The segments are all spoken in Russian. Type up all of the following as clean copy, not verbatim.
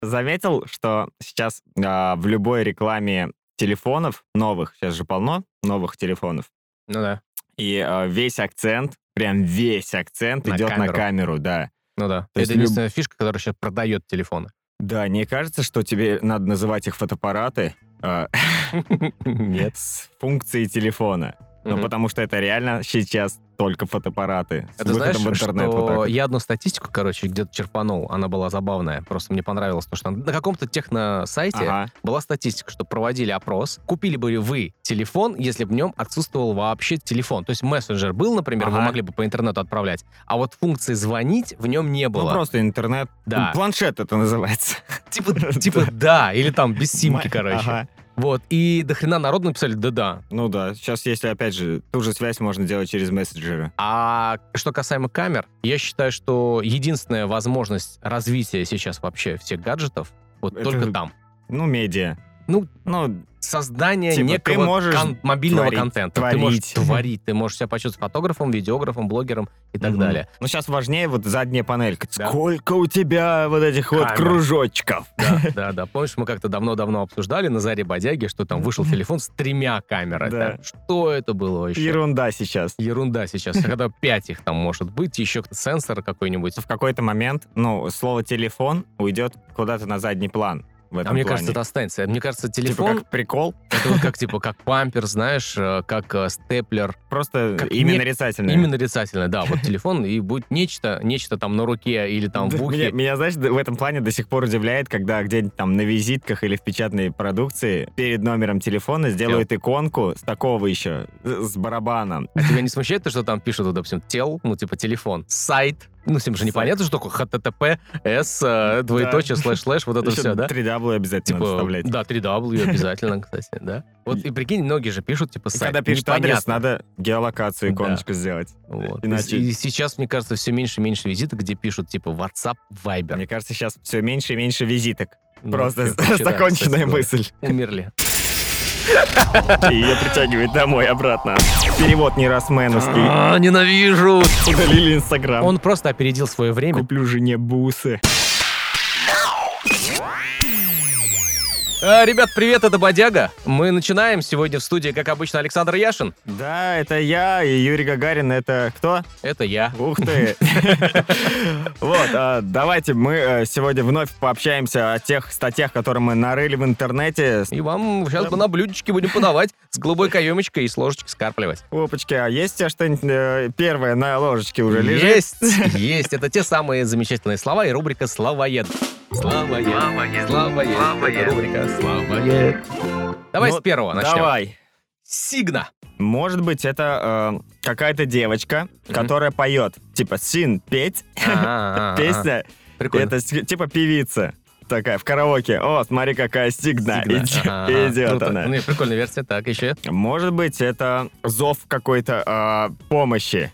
заметил, что сейчас в любой рекламе телефонов новых, сейчас же полно новых телефонов, Ну да, и весь акцент, прям весь акцент На идет на камеру. камеру, да. ну да. То есть Это единственная фишка, которая сейчас продает телефоны. Да, не кажется, что тебе надо называть их фотоаппараты Нет. с функцией телефона. Ну, Мгм. потому что это реально сейчас только фотоаппараты. С Это знаешь, выходом в интернет вот так что вот. я одну статистику, где-то черпанул, она была забавная, просто мне понравилось, то, что на каком-то техносайте Ага. была статистика, что проводили опрос, купили бы вы телефон, если бы в нем отсутствовал вообще телефон. То есть мессенджер был, например, вы Ага. могли бы по интернету отправлять, а вот функции звонить в нем не Ну, было. просто интернет. Да. Планшет это называется. Типа да, или там без симки, короче. Ага. Вот, и до хрена народу написали да-да. Ну да, сейчас, если, опять же, ту же связь можно делать через мессенджеры. А что касаемо камер, я считаю, что единственная возможность развития сейчас вообще всех гаджетов вот Это- только там. Ну, медиа. Ну, Ну, Создание Типа, ты некого можешь мобильного творить, контента. Ты можешь творить. творить, ты можешь себя почувствовать фотографом, видеографом, блогером и так мгм. далее. Ну, сейчас важнее вот задняя панелька. Да. Сколько у тебя вот этих вот Камер. кружочков? Да. Помнишь, мы как-то давно-давно обсуждали на заре бодяги, что там вышел телефон с 3 камерами. Да. Что это было вообще? Ерунда сейчас. Ерунда сейчас. Когда 5 их там может быть, еще сенсор какой-нибудь. В какой-то момент, ну, слово «телефон» уйдет куда-то на задний план в этом А мне плане. кажется, это останется. Мне кажется, Типа телефон как прикол, это вот как пампер, знаешь, как степлер. просто Как имя не- нарицательное. Именно нарицательное, да. Вот телефон, и будет нечто там на руке или там в Да, ухе. Меня, знаешь, в этом плане до сих пор удивляет, когда где-нибудь там на визитках или в печатной продукции перед номером телефона сделают иконку с такого еще, с барабаном. А тебя не смущает то, что там пишут, вот, допустим, типа телефон, сайт, ну, всем же непонятно, что такое https, двоеточие, слэш, вот это Еще все, да? 3W обязательно надо Типа, вставлять. да, 3W обязательно, кстати, да. Вот и прикинь, многие же пишут, типа, И сайт. когда пишут адрес, Непонятно. надо геолокацию, Да. иконочку сделать. Вот. Иначе- И сейчас, мне кажется, все меньше и меньше визиток, где пишут, типа, WhatsApp, Viber. Мне кажется, сейчас все меньше и меньше визиток. Ну, Просто вообще, да, законченная кстати говоря. мысль. Умерли. И ее притягивает домой обратно. Перевод не росменовский. Ненавижу! Удалили Инстаграм. Он просто опередил свое время. Куплю жене бусы. Ребят, привет, это Бодяга. Мы начинаем. Сегодня в студии, как обычно, Александр Яшин. Да, это я, и Юрий Гагарин, это кто? Это я. Ух ты! Вот, давайте мы сегодня вновь пообщаемся о тех статьях, которые мы нарыли в интернете. И вам сейчас на блюдечке будем подавать с голубой каемочкой и с ложечкой скарпливать. Опачки, а есть у тебя что-нибудь первое на ложечке уже лежит? Есть. Это те самые замечательные слова и рубрика «Словоед». Словоед. Это рубрика «Словоед». Давай Ну, с первого начнем. Давай. Сигна. Может быть, это какая-то девочка, которая поет. Типа, син, петь. Песня. Прикольно. Это типа певица. Такая, в караоке. О, смотри, какая Сигна. Идет Круто. она. Ну и прикольная версия. Так, еще. Может быть, это зов какой-то помощи.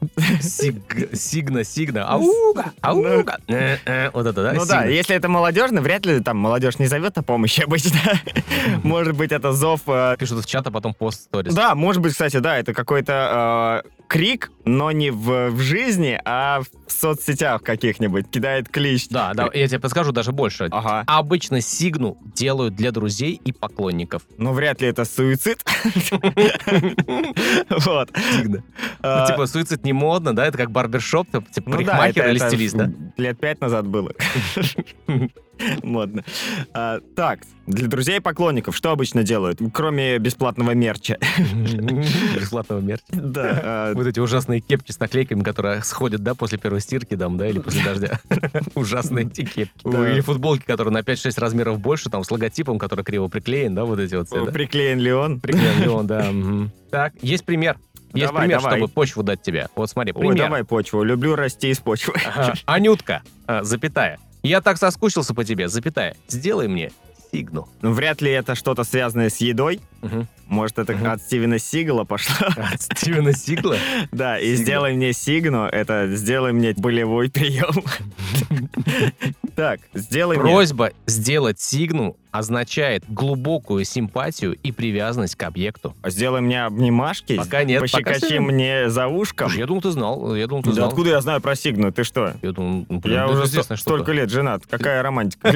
Сигна. Ауга. Вот это, да? Ну да, Сигна. если это молодежный, вряд ли там молодежь не зовет о помощи обычно. Может быть, это зов... Пишут в чат, а потом пост сторис. Да, может быть, кстати, да, это какой-то крик, но не в жизни, а в соцсетях каких-нибудь. Кидает клич. Да, я тебе подскажу даже больше. Ага. Обычно сигну делают для друзей и поклонников. Ну, вряд ли это суицид. Вот. Сигна. Ну, типа, суицид не модно, да? Это как барбершоп, типа Ну да, парикмахер или это стилист, да? лет 5 назад было. Модно. Так, для друзей и поклонников что обычно делают, кроме бесплатного мерча? Бесплатного мерча. Да. Вот эти ужасные кепки с наклейками, которые сходят, да, после первой стирки, там, да, или после дождя. Ужасные эти кепки. Да. Или футболки, которые на 5-6 размеров больше, там, с логотипом, который криво приклеен, да, вот эти вот все, да? Приклеен ли он? Приклеен ли он, да. Мгм. Так, есть пример. Есть Давай, пример, давай. чтобы почву дать тебе. Вот смотри, Ой, пример. давай почву. Люблю расти из почвы. Ага. Анютка, запятая. Я так соскучился по тебе, запятая. Сделай мне сигну. Ну, вряд ли это что-то связанное с едой. Мгм. Может, это Мгм. от Стивена Сигала пошло? От Стивена Сигла? Да, и Сигна. сделай мне сигну, это сделай мне болевой прием. Так, сделай мне... Просьба сделать сигну означает глубокую симпатию и привязанность к объекту. Сделай мне обнимашки, Пока нет, пока пощекочи всё. мне за ушком. Слушай, я думал, ты знал. Я думал, ты Да знал. откуда я знаю про сигну? Ты что? Я думал, ну, блин, Я это уже известная штука. столько лет женат. Какая романтика?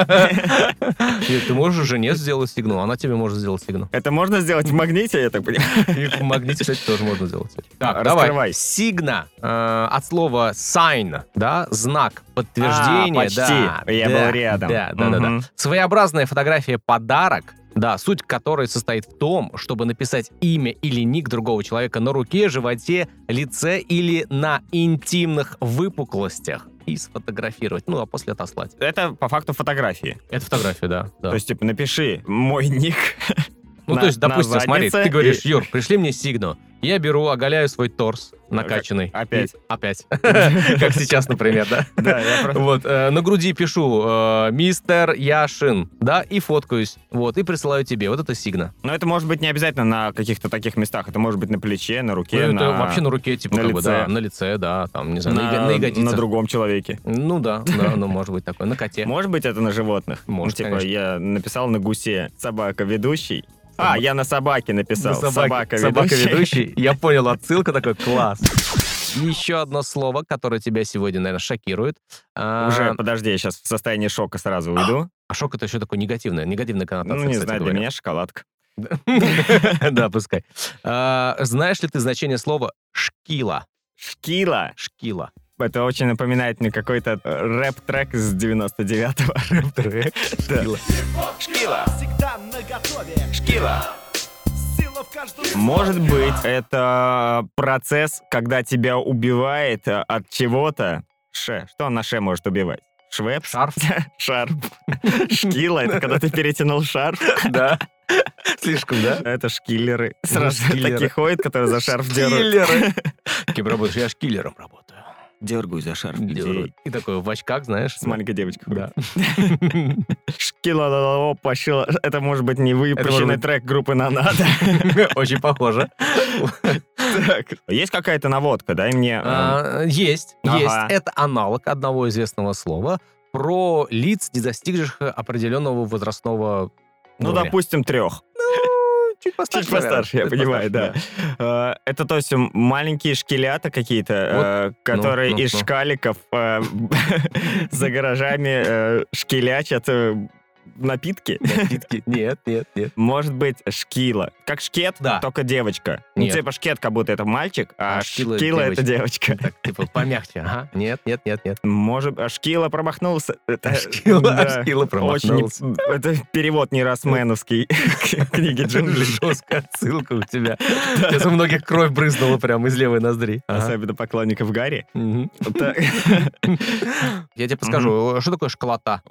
Нет, ты можешь жене сделать сигну, она тебе может сделать сигну. Это можно сделать в магните, я так понимаю? И в магните, кстати, тоже можно сделать. Так, Раскрывай. давай. Сигна от слова sign, да, знак, подтверждение. почти. Да, Я да, был рядом. Да. Мгм. Своеобразная фотография подарок, да, суть которой состоит в том, чтобы написать имя или ник другого человека на руке, животе, лице или на интимных выпуклостях и сфотографировать, ну, а после отослать. Это по факту фотографии. Это фотография, да. То есть, типа, напиши мой ник. Ну, на- то есть, допустим, на смотри, заднице ты говоришь, и- Юр, пришли мне сигну. Я беру, оголяю свой торс накачанный. Опять. И- Опять. Как сейчас, например, да? Да, я просто... Вот, на груди пишу «Мистер Яшин», да, и фоткаюсь, вот, и присылаю тебе. Вот это сигна. Но это может быть не обязательно на каких-то таких местах. Это может быть на плече, на Ну, руке, это на... вообще на руке, типа, на как бы, лице. да, на лице, да, там, не знаю, на ягодицах. на другом человеке. Ну да, ну, может быть такое, на коте. Может быть, это на животных? Может, Ну, типа, конечно. я написал на гусе собака ведущий. Собака. Я на собаке написал. Собака Собака-ведущий. Я понял, отсылка такой, класс. Еще одно слово, которое тебя сегодня, наверное, шокирует. Уже, подожди, я сейчас в состоянии шока сразу уйду. А шок — это еще такое негативная коннотация, Ну, не кстати знаю, для говоря. меня шоколадка. Да, пускай. Знаешь ли ты значение слова «шкила»? Шкила. Шкила. Это очень напоминает мне какой-то рэп-трек с 99-го. Рэп-трек. Да. Шкила всегда наготове. Шкила. Сила в каждом Может слове. быть, это процесс, когда тебя убивает от чего-то. Что на ше может убивать? Швепс? Шарф. Шарф. Шкила, это когда ты перетянул шарф. Да. Слишком, да? Это шкиллеры. Сразу шкиллеры. такие ходят, которые за шарф дерут. Киллеры. Кем работаешь? Я шкиллером работаю. Дергаю за шарф Деру. людей. И такой в очках, знаешь. С маленькой девочкой. Да. Шкила, пошила. Это может быть не выпущенный может быть- трек группы «Нанада». Очень похоже. Так. Есть какая-то наводка, дай мне... Есть. Ага. Это аналог одного известного слова про лиц, не достигших определенного возрастного Ну, уровня. допустим, 3. Чуть постарше, Чуть постарше, я наверное. Чуть понимаю, постарше, да. Это, то есть, маленькие шкелята какие-то, которые ну, из ну. шкаликов за гаражами шкелячат напитки. Напитки. Нет. Может быть, шкила. Как шкет, Да. только девочка. Ну, Нет. типа шкет, как будто это мальчик, а А шкила шкила это это девочка. Так, типа, помягче. Ага. Нет. Может, шкила промахнулся. Это- Шкила да. промахнулся. Очень... Это перевод не Росменовский книги джунглей. Жесткая отсылка у тебя. Сейчас у многих кровь брызнула прямо из левой ноздри. Ага. Особенно поклонников Гарри. Мгм. Так. Я тебе подскажу, что такое школота?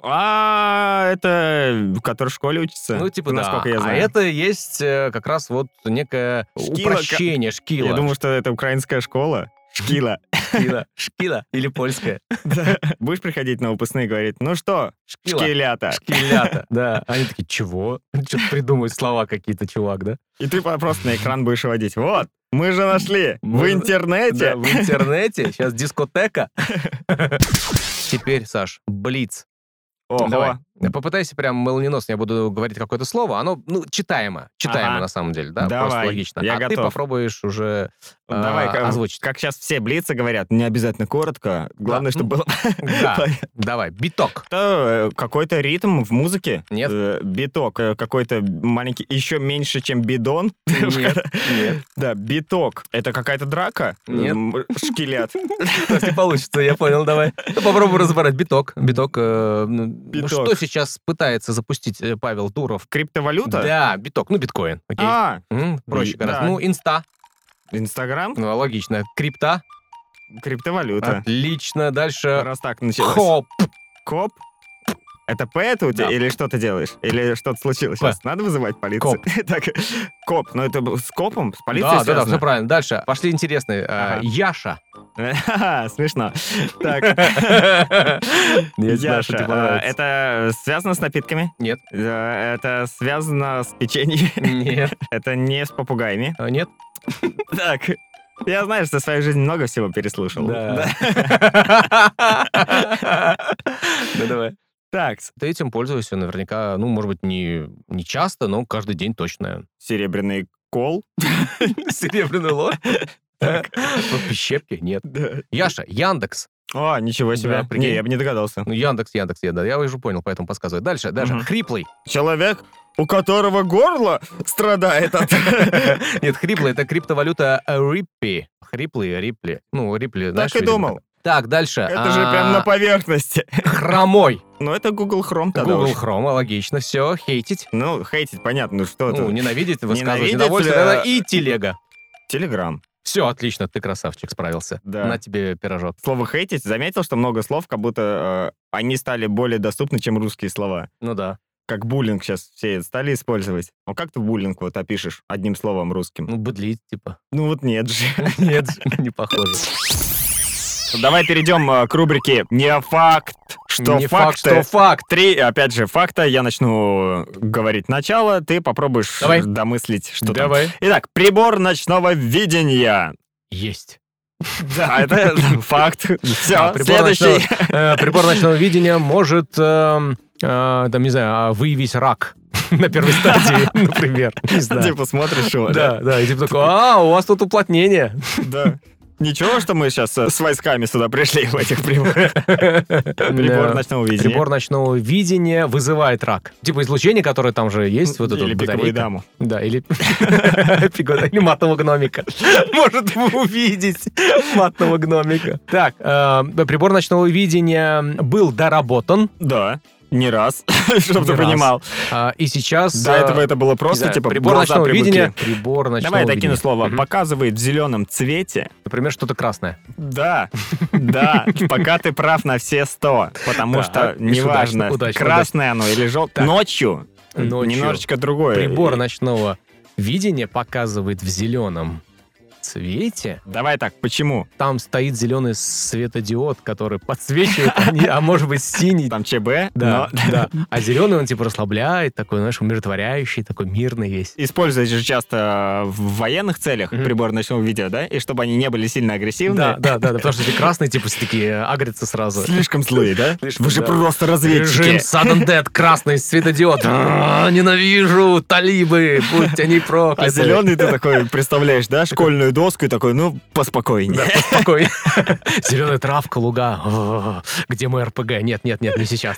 Это который в школе учится? Ну, типа, да. Насколько я А знаю. это есть как раз вот некое Шкила, упрощение шкила. Я думаю, что это украинская школа. Шкила. Шкила или польская. Да. Будешь приходить на выпускные и говорить, ну что, Шкила. шкелята. Шкилята. Да. Они такие, чего? Что-то придумают слова какие-то, чувак, да? И ты просто на экран будешь вводить. Вот, мы же нашли в Да, интернете. в интернете. Сейчас дискотека. Теперь, Саш, блиц. Ого. Давай. Попытайся прям молниеносно, я буду говорить какое-то слово. Оно, читаемо Ага. на самом деле, да? Давай, Просто логично. я А ты готов. попробуешь уже Давай, озвучить. как сейчас все блицы говорят, не обязательно коротко. Главное, Да. чтобы было... Да, давай, биток. Это какой-то ритм в музыке. Нет. Биток. Какой-то маленький, еще меньше, чем бидон. Нет. Да, биток. Это какая-то драка? Нет. Шкелят. Если получится, я понял, давай. Попробуй разобрать. Биток. Что сейчас пытается запустить Павел Туров? Криптовалюта? Да, биток. Ну, биткоин. Окей. Проще Да. гораздо. Ну, инста. Инстаграм? Ну, логично. Крипта. Криптовалюта. Отлично. Дальше. Раз так началось. Хоп. Коп? Это П это у тебя? Да. Или что ты делаешь? Или что-то случилось? П. Сейчас надо вызывать полицию? Коп. Так, коп. Ну, это с копом? С полицией Да, связано? все правильно. Дальше. Пошли интересные. Ага. Яша. Смешно. Так, Я знаю, что Яша, тебе понравится. это связано с напитками? Нет. Это связано с печеньем? Нет. Это не с попугаями? Нет? Так, я знаю, что в своей жизни много всего переслушал. Да. Ну, давай. Так, Ты этим пользуешься наверняка, ну, может быть, не часто, но каждый день точно, наверное. серебряный кол. Серебряный ложь? Щепки? Нет. Яша, Яндекс. О, ничего себе. Да, прикинь. Не, я бы не догадался. Ну, Яндекс, я уже понял, поэтому подсказываю. Дальше. Мгм. Хриплый. Человек, у которого горло страдает от... Нет, хриплый — это криптовалюта Риппи. Хриплый, Рипли. Ну, Рипли, знаешь, Так и видимо, думал. как. Так, дальше. Это же прям на поверхности. Хромой. Ну, это Google Chrome тогда Google уж. Chrome, логично, все. Хейтить. Ну, хейтить, понятно, ну что Ну, тут. ненавидеть, высказывать Ненавидеть, недовольство. Тогда и телега. Телеграм. Все, отлично, ты красавчик, справился. Да. На тебе пирожок. Слово «хейтить» заметил, что много слов, как будто они стали более доступны, чем русские слова. Ну да. Как буллинг сейчас все стали использовать. Ну, как ты буллинг вот опишешь одним словом русским? Ну, быдлить, типа. Ну, вот нет же. Нет, не похоже. Давай перейдем к рубрике «Не факт, что Не факт, факты». что факт. 3, опять же, факта. Я начну говорить начало, ты попробуешь Давай. домыслить, что там. Давай. Итак, прибор ночного видения. Есть. Да, это факт. Все, Прибор следующий. Прибор ночного видения может, там, не знаю, выявить рак на первой стадии, например. Не знаю. Типа смотришь его, да? Да, и типа такой, у вас тут уплотнение. Да. Ничего, что мы сейчас с войсками сюда пришли в этих приборах. Прибор Да. ночного видения. Прибор ночного видения вызывает рак. Типа излучение, которое там же есть, вот это Или вот пиковую батарейка. даму. Да, или или матного гномика. Может увидеть матного гномика. Так, прибор ночного видения был доработан. Да, не раз, чтобы Не ты раз. понимал. И сейчас... До этого это было просто, не знаю, типа, прибор глаза ночного привыкли. видения. Прибор ночного Давай я видения. докину слово. Мгм. Показывает в зеленом цвете. Например, что-то красное. Да, да, пока ты прав на все 100. Потому Да, что видишь, неважно, удачно, красное оно или желтое. Так. Ночью Ночью. немножечко другое. Прибор ночного видения показывает в зеленом цвете. Давай так, почему? Там стоит зеленый светодиод, который подсвечивает, а может быть синий. Там ЧБ, Да, но да. А зеленый он типа расслабляет, такой, знаешь, умиротворяющий, такой мирный весь. используют же часто в военных целях Мгм. прибор ночного видения, да? И чтобы они не были сильно агрессивные. Да, потому что эти красные, типа, все такие агрятся сразу. Слишком злые, да? Слишком, Вы же да. просто Режим разведчики. Sudden Death, красный светодиод. Ненавижу талибы, будь они прокляты. А зеленый ты такой представляешь, да, школьную доску и такой, ну, поспокойнее. Да, спокойно. Зеленая травка, луга. О, где мой РПГ? Нет, не сейчас.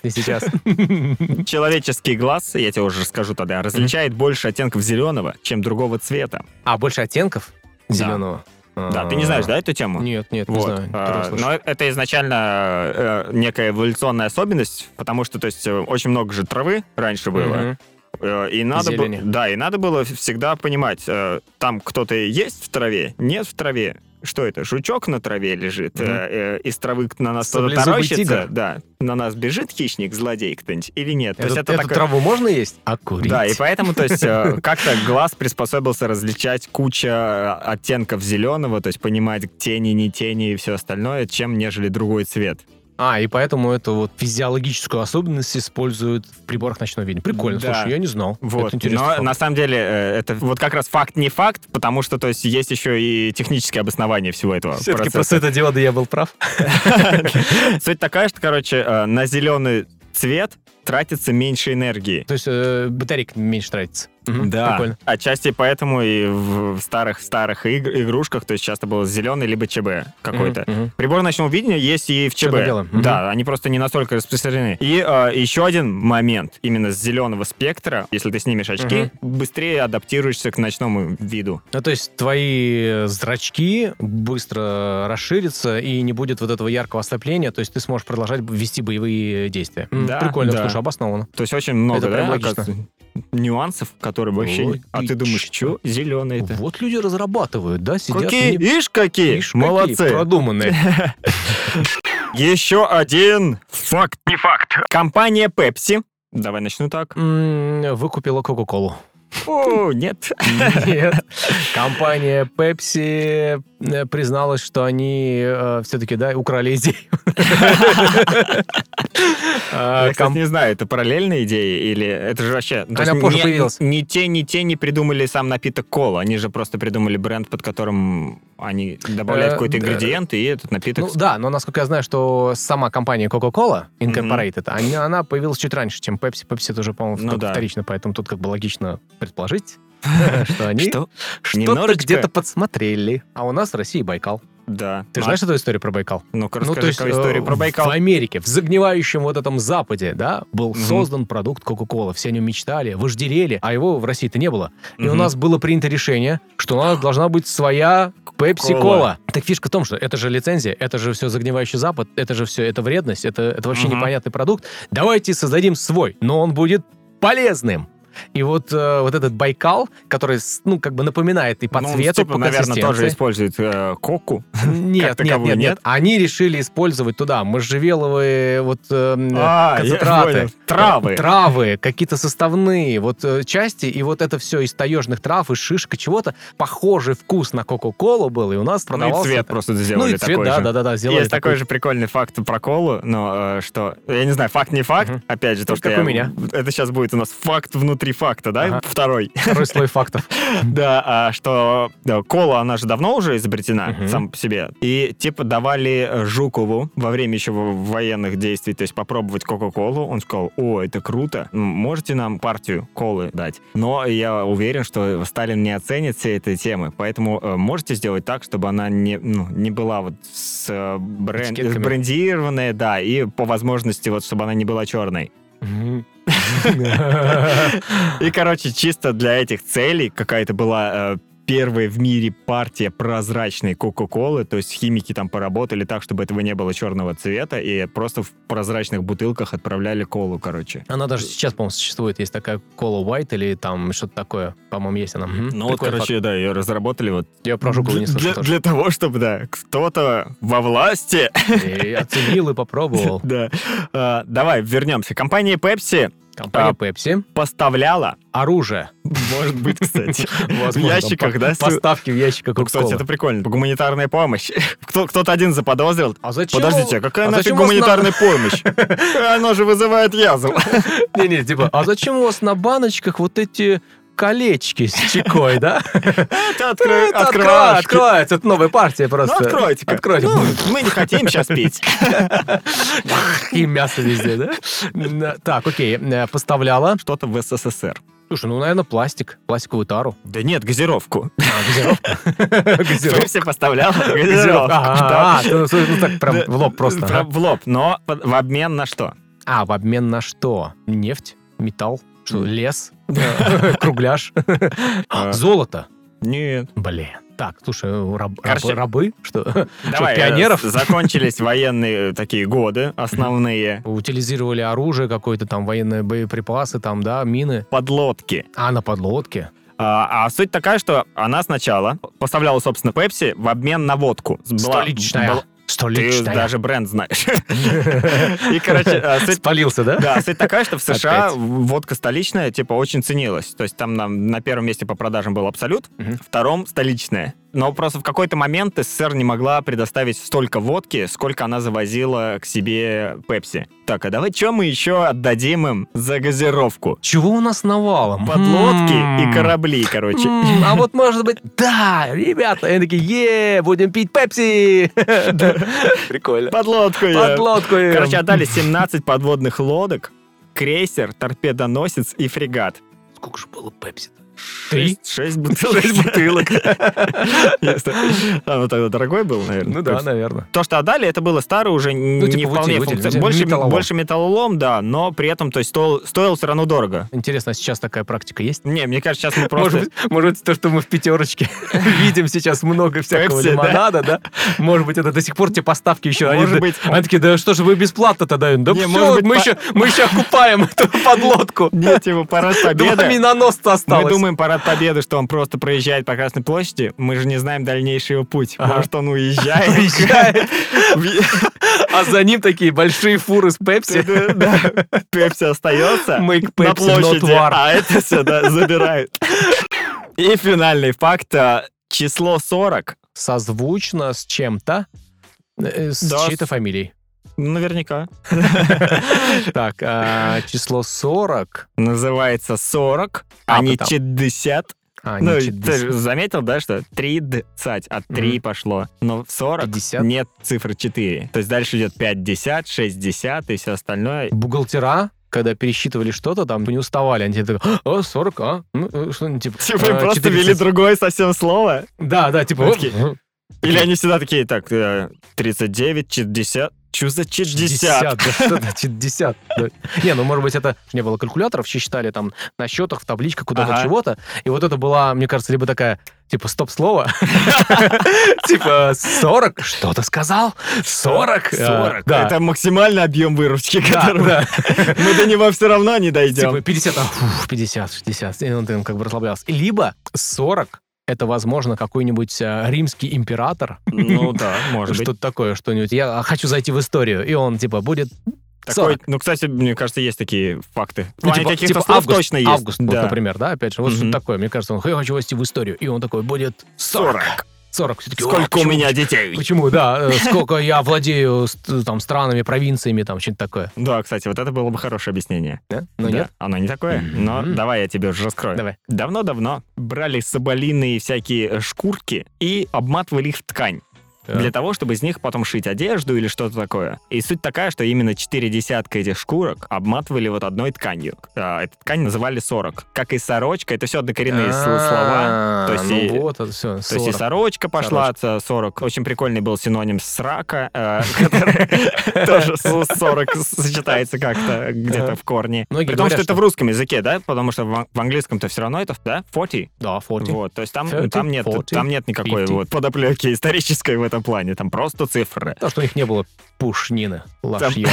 Человеческий глаз, я тебе уже расскажу тогда, различает больше оттенков зеленого, чем другого цвета. А, больше оттенков зеленого? Да, ты не знаешь, да, эту тему? Нет, не Вот. знаю. Впервые слышу. Но это изначально некая эволюционная особенность, потому что, то есть, очень много же травы раньше было. Мгм. И надо было, Зелени. да, и надо было всегда понимать, там кто-то есть в траве, нет в траве. Что это? Жучок на траве лежит, Мгм. из травы на нас кто-то Саблезубый таращится, тигр. да, на нас бежит хищник, злодей кто-нибудь или нет. То есть Эту такое- траву можно есть? А курить? Да, и поэтому, то есть, как-то глаз приспособился различать куча оттенков зеленого, то есть понимать тени, не тени и все остальное, чем нежели другой цвет. И поэтому эту вот физиологическую особенность используют в приборах ночного видения. Прикольно, Да. слушай, я не знал. Вот. Это интересно. Но на самом деле это вот как раз факт не факт, потому что, то есть, есть еще и техническое обоснование всего этого Все-таки про процесса. светодиоды я был прав. Суть такая, что, короче, на зеленый цвет тратится меньше энергии. То есть батарейка меньше тратится. Мгм, Да, Прикольно. отчасти поэтому и в старых игрушках, то есть часто был зеленый либо ЧБ какой-то. Мгм, мгм. Прибор ночного видения есть и в ЧБ. Черно-белый. Мгм. Да, они просто не настолько распространены. И еще один момент. Именно с зеленого спектра, если ты снимешь очки, быстрее адаптируешься к ночному виду. Ну, то есть твои зрачки быстро расширятся, и не будет вот этого яркого ослепления, то есть ты сможешь продолжать вести боевые действия. Да, Прикольно, да. слушай, обоснованно. То есть очень много, Это прям да, логично. оказывается, нюансов, которые вообще... А ты думаешь, что зеленый это? Вот люди разрабатывают, да, сидят... Какие? не- Ишь, какие! Ишь, какие Молодцы! продуманные. Еще один факт. Не факт. Компания Pepsi. Давай начну так. Выкупила Кока-Колу. О, нет. Нет. Компания Pepsi призналась, что они все-таки, да, украли идею. Я, кстати, не знаю, это параллельная идея или это же вообще... Она позже появилась. Ни те не придумали сам напиток кола, они же просто придумали бренд, под которым они добавляют какой-то ингредиент, и этот напиток... Ну да, но насколько я знаю, что сама компания Coca-Cola Incorporated, она появилась чуть раньше, чем Pepsi. Pepsi это уже, по-моему, вторично, поэтому тут как бы логично предположить, что они что-то где-то подсмотрели. А у нас в России Байкал. Да. Ты знаешь эту историю про Байкал? Ну-ка, расскажи историю про Байкал. В Америке, в загнивающем вот этом Западе, да, был создан продукт Coca-Cola. Все о нем мечтали, вожделели, а его в России-то не было. И у нас было принято решение, что у нас должна быть своя Pepsi-Cola. Так фишка в том, что это же лицензия, это же все загнивающий Запад, это же все, это вредность, это вообще непонятный продукт. Давайте создадим свой, но он будет полезным. И вот этот Байкал, который, ну, как бы напоминает и по цвету, по наверное, консистенции. тоже использует коку. Нет. Они решили использовать туда можжевеловые концентраты. Травы, какие-то составные части. И вот это все из таежных трав, из шишек, чего-то. Похожий вкус на Кока-Колу был, и у нас продавался... Ну и цвет просто сделали такой же. Да, сделали. Есть такой же прикольный факт про колу, но что... Я не знаю, факт не факт. Опять же, то, что как у меня. Это сейчас будет у нас факт внутри факта, да? Второй слой фактов. Да, что кола, она же давно уже изобретена сам по себе. И типа давали Жукову во время еще военных действий, то есть попробовать Кока-Колу. Он сказал: о, это круто, можете нам партию колы дать? Но я уверен, что Сталин не оценит всей этой темы, поэтому можете сделать так, чтобы она не была вот брендированная, да, и по возможности вот, чтобы она не была черной. И, короче, чисто для этих целей какая-то была первая в мире партия прозрачной Кока-Колы, то есть химики там поработали так, чтобы этого не было черного цвета, и просто в прозрачных бутылках отправляли колу, короче. Она даже сейчас, по-моему, существует. Есть такая кола White или там что-то такое. По-моему, есть она. Ну вот, короче, да, ее разработали вот... Я про Жукову не слышал тоже. Для того, чтобы, да, кто-то во власти... И оценил и попробовал. Да. Давай вернемся. Компания Pepsi поставляла оружие. Может быть, кстати. В ящиках, да? Поставки в ящиках Coca-Cola. Кстати, это прикольно. Гуманитарная помощь. Кто-то один заподозрил. А зачем? Подождите, какая нафиг гуманитарная помощь? Оно же вызывает язву. Не-не, типа, а зачем у вас на баночках вот эти... колечки с чекой, да? Это открывается. Это новая партия просто. Ну, откройте-ка. Мы не хотим сейчас пить. И мясо везде, да? Так, окей. Поставляла. Что-то в СССР. Слушай, наверное, пластиковую тару. Да нет, газировку. Газировку? Pepsi поставляла газировку. Ну так прям в лоб просто. Прям в лоб, но в обмен на что? В обмен на что? Нефть? Металл? Что, лес? Кругляш? Золото? Нет. Блин. Так, слушай, рабы? Что? Давай, пионеров? Закончились военные такие годы основные. Утилизировали оружие какое-то там, военные боеприпасы там, да, мины. Подлодки. На подлодке? А суть такая, что она сначала поставляла, собственно, Pepsi в обмен на водку. Столичная. Ты даже бренд знаешь. И, короче... Спалился, да? Да, суть такая, что в США водка столичная, типа, очень ценилась. То есть там на первом месте по продажам был Абсолют, втором столичная. Но просто в какой-то момент СССР не могла предоставить столько водки, сколько она завозила к себе Pepsi. Так, а давай что мы еще отдадим им за газировку? Чего у нас навалом? Подлодки и корабли, короче. А вот может быть, да, ребята, они такие, будем пить Pepsi. Прикольно. Подлодку. Короче, отдали 17 подводных лодок, крейсер, торпедоносец и фрегат. Сколько же было Pepsi-то? 6 бутылок. 6 бутылок. Ну, тогда дорогой был, наверное. Ну да, наверное. То, что отдали, это было старое, уже не вполне функциональное. Больше металлолом, да, но при этом, то есть, стоил все равно дорого. Интересно, а сейчас такая практика есть? Не, мне кажется, сейчас мы просто... Может быть, то, что мы в пятерочке видим сейчас много всякого лимонада, да? Может быть, это до сих пор те поставки еще. Может быть. Они такие, да что же вы бесплатно-то даем? Да все, мы еще окупаем эту подлодку. Нет, типа, Парад Победы. 2 миноносца осталось. Мы думаем, Парад Победы, что он просто проезжает по Красной площади. Мы же не знаем дальнейший его путь. Может, он уезжает. А за ним такие большие фуры с Пепси. Да, Пепси остается на площади, а это все забирают. И финальный факт. Число 40 созвучно с чем-то, с Да, чьей-то фамилией. Наверняка. Так, число 40. Называется 40, А, а не потому- 50. А, Ну, не ты же заметил, да, что 30 от 3 Мгм. пошло, но в 40 50. нет цифры 4. То есть дальше идет 50, 60 и все остальное. Бухгалтера, когда пересчитывали что-то, там не уставали. Они такие, 40, что-нибудь типа... Типа им просто 40. ввели другое совсем слово. Да, типа... Они такие, Или они всегда такие, так, 39, 60. Что за 60? 60, да что ты, 60. Да. Не, ну, может быть, это не было калькуляторов, все считали там на счетах, в табличках, куда-то Ага. чего-то. И вот это была, мне кажется, либо такая, типа, стоп-слово. Типа, 40? Что ты сказал? 40? 40. Да. Это максимальный объем выручки, Да, которого да. мы до него все равно не дойдем. Типа 50, 50, 60. И он там как бы расслаблялся. Либо 40 это, возможно, какой-нибудь римский император. Ну да, может быть. Что-то такое, что-нибудь. Я хочу зайти в историю. И он, типа, будет Такой, 40. ну, кстати, мне кажется, есть такие факты. В Ну, плане каких-то слов Август, точно есть. Август, вот, Да. например, да, опять же. Вот Мгм. что-то такое. Мне кажется, я хочу войти в историю. И он такой, будет 40. 40. Все таки, Сколько у меня детей? Почему, да. Сколько я владею там странами, провинциями, там, что-нибудь такое. Да, кстати, вот это было бы хорошее объяснение. Да? Ну, Да, нет? оно не такое, но Мгм. давай я тебе уже раскрою. Давай. Давно-давно брали соболиные всякие шкурки и обматывали их в ткань. Так. Для того, чтобы из них потом шить одежду или что-то такое. И суть такая, что именно 4 десятка этих шкурок обматывали вот одной тканью. Эту ткань называли 40. Как и сорочка, это все однокоренные слова. То есть и- Ну вот, это все. То есть и сорочка пошла от 40. Очень прикольный был синоним срака, который тоже с 40 сочетается как-то где-то в корне. Многие При том, говорят, что это что- в русском языке, да? Потому что в английском-то все равно это, да, 40. Да, 40. Вот, то есть там 30, нет 40, никакой 50. вот подоплеки исторической в этом плане. Там просто цифры. Потому что у них не было пушнины, лошья.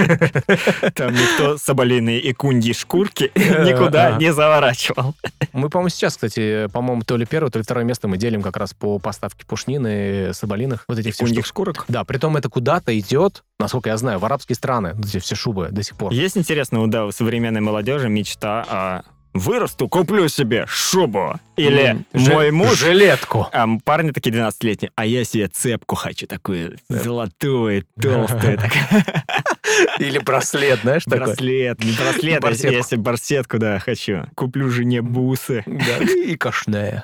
Там никто соболиные и куньи шкурки никуда не заворачивал. Мы, по-моему, сейчас, кстати, по-моему, то ли первое, то ли второе место мы делим как раз по поставке пушнины, соболиных, вот этих всех Куньих штук. шкурок. Да, притом это куда-то идет, насколько я знаю, в арабские страны, где все шубы до сих пор. Есть интересно, да, у современной молодежи мечта вырасту, куплю себе шубу. Или мой муж... Жилетку. Парни такие 12-летние, а я себе цепку хочу такую, золотую, толстую. Или браслет, знаешь, такой. Браслет, не браслет, Барсетку. я себе барсетку, да, хочу. Куплю жене бусы. Да, и кашная.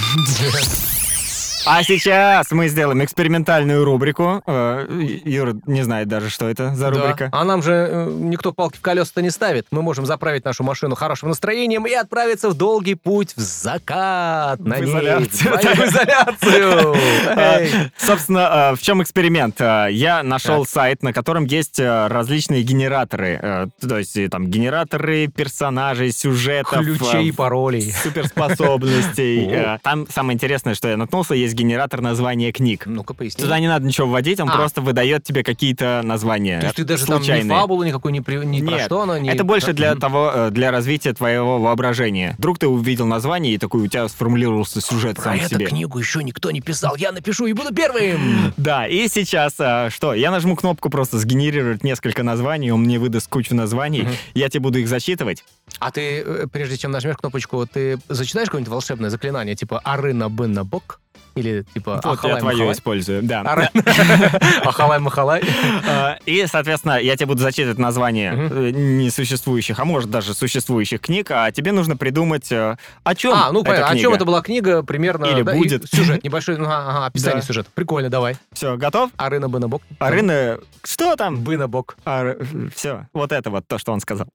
А сейчас мы сделаем экспериментальную рубрику. Юра не знает даже, что это за рубрика. Да. А нам же никто палки в колеса-то не ставит. Мы можем заправить нашу машину хорошим настроением и отправиться в долгий путь в закат. На В ней. изоляцию. В изоляцию. Эй. Собственно, в чем эксперимент? Я нашел сайт, на котором есть различные генераторы. То есть там генераторы персонажей, сюжетов, Ключей и паролей. суперспособностей. О. Там самое интересное, что я наткнулся, есть генератор названия книг. Ну-ка, поясни. Туда не надо ничего вводить, он А. просто выдает тебе какие-то названия. То есть ты даже там ни случайные. фабулу никакой ни про Нет, что она не... Это больше для Мгм. того, для развития твоего воображения. Вдруг ты увидел название, и такой у тебя сформулировался сюжет Про сам в эту себе. книгу еще никто не писал. Я напишу и буду первым. Да, и сейчас что? Я нажму кнопку просто сгенерировать несколько названий, он мне выдаст кучу названий, Мгм. я тебе буду их зачитывать. А ты, прежде чем нажмешь кнопочку, ты зачитаешь какое-нибудь волшебное заклинание, типа «Арына бынна бок»? Или типа Вот я твое «Ахалай-махалай»? использую, да. «Ахалай-махалай». И, соответственно, я тебе буду зачитывать названия несуществующих, а может даже существующих книг, а тебе нужно придумать, о чем Ну эта понятно. О книга. чем это была книга примерно? Или да, и будет. Сюжет небольшой, описание Да. сюжета. Прикольно, давай. Все, готов? Арына бына бок. Арына, что там? Бына бок. Все, вот это вот то, что он сказал.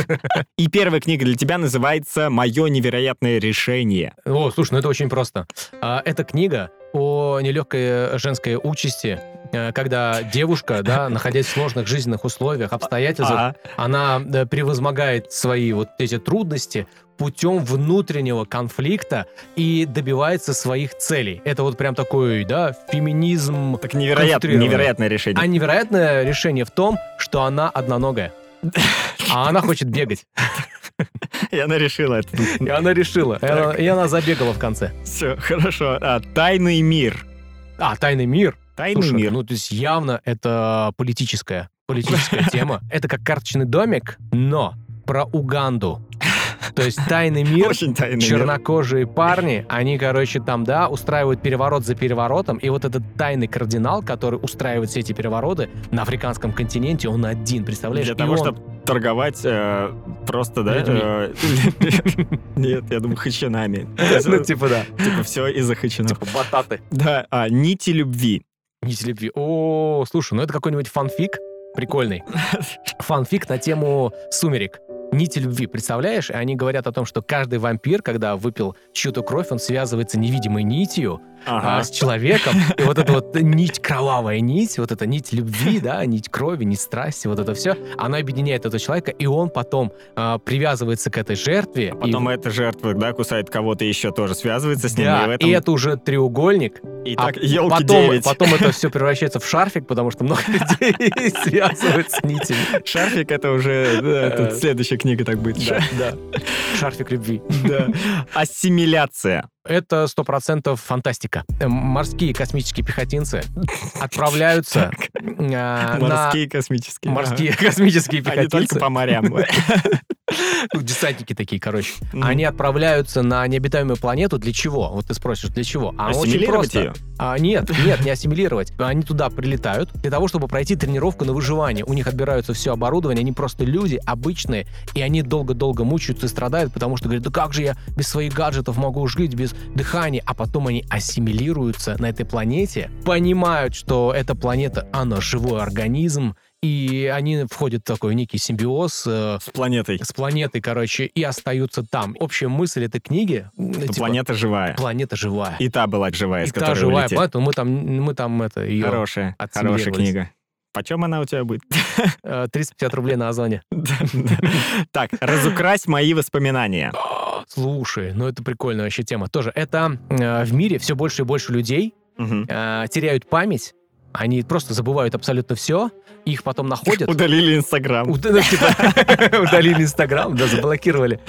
И первая книга для тебя называется «Мое невероятное решение». О, слушай, ну это очень просто. Это книга о нелегкой женской участи, когда девушка, да, находясь в сложных жизненных условиях, обстоятельствах, Ага. она превозмогает свои вот эти трудности путем внутреннего конфликта и добивается своих целей. Это вот прям такой, да, феминизм. Так невероятное решение. А невероятное решение в том, что она одноногая. А она хочет бегать. И она решила это. И она решила. И она забегала в конце. Все, хорошо. Тайный мир. Тайный мир. Тайный Слушай, мир. ну, то есть явно это политическая тема. Это как карточный домик, но про Уганду. То есть тайный мир, Очень тайный мир. чернокожие парни, они, короче, там, да, устраивают переворот за переворотом, и вот этот тайный кардинал, который устраивает все эти перевороты на африканском континенте, он один, представляешь? Для И того, он- чтобы торговать просто, да? Нет, я думаю, хачинами. Ну, типа, да. Типа все из-за хачинов. Типа бататы. Да, нити любви. Нить любви. О, слушай, ну это какой-нибудь фанфик прикольный. Фанфик на тему «Сумерек». Нити любви, представляешь? И они говорят о том, что каждый вампир, когда выпил чью-то кровь, он связывается невидимой нитью Ага. с человеком. И вот эта вот нить, кровавая нить, вот эта нить любви, да, нить крови, нить страсти, вот это все, она объединяет этого человека, и он потом привязывается к этой жертве. Потом эта жертва, да, кусает кого-то еще тоже, связывается с ним. Да, и в этом... и это уже треугольник. И А так, елки потом, 9. потом это все превращается в шарфик, потому что много людей связывают с нитями. Шарфик — это уже да, тут следующая книга так будет. Да. Шарфик любви. Да. Ассимиляция. Это 100% фантастика. Морские космические пехотинцы отправляются на... Морские космические. Морские космические Ага. Они только пехотинцы. по морям. Ну, десантники такие, короче. Мгм. Они отправляются на необитаемую планету. Для чего? Вот ты спросишь, для чего? А очень Ассимилировать просто. ее? Нет, не ассимилировать. Они туда прилетают для того, чтобы пройти тренировку на выживание. У них отбираются все оборудование, они просто люди обычные, и они долго-долго мучаются и страдают, потому что говорят, да как же я без своих гаджетов могу жить, без дыхания? А потом они ассимилируются на этой планете, понимают, что эта планета, она живой организм, и они входят в такой некий симбиоз С планетой. с планетой, короче, и остаются там. Общая мысль этой книги... Что планета живая. Планета живая. И та была живая, с И та которой живая, улетели. поэтому мы там это, ее Хорошая ассимилировались. книга. Почем она у тебя будет? 350 рублей на Озоне. Так, разукрась мои воспоминания. Слушай, ну это прикольная вообще тема. Тоже это в мире все больше и больше людей Мгм. теряют память, они просто забывают абсолютно все, их потом находят. Удалили Инстаграм. Удалили Инстаграм, да, заблокировали.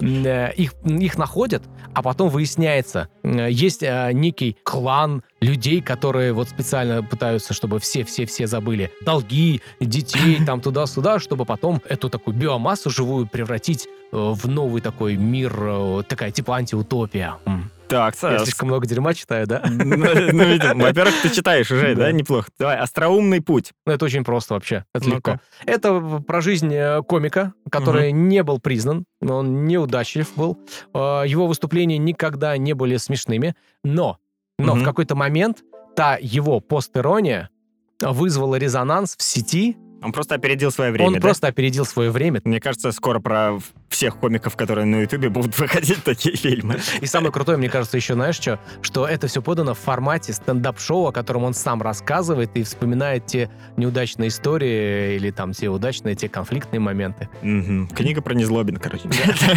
Их находят, а потом выясняется, есть некий клан людей, которые вот специально пытаются, чтобы все забыли долги, детей, там туда-сюда, чтобы потом эту такую биомассу живую превратить в новый такой мир, такая типа антиутопия. Так, Я слишком много дерьма читаю, да? ну, видимо. Во-первых, ты читаешь уже, Да. да, неплохо. Давай, остроумный путь. Ну, это очень просто вообще. Это Ну-ка. легко. Это про жизнь комика, который не был признан, он неудачлив был. Его выступления никогда не были смешными, но в какой-то момент та его постерония вызвала резонанс в сети. Он просто опередил свое время, Он да? просто опередил свое время. Мне кажется, скоро про всех комиков, которые на Ютубе, будут выходить такие фильмы. И самое крутое, мне кажется, еще, знаешь, что это все подано в формате стендап-шоу, о котором он сам рассказывает и вспоминает те неудачные истории или там те удачные, те конфликтные моменты. Мгм. Книга про незлобин, короче.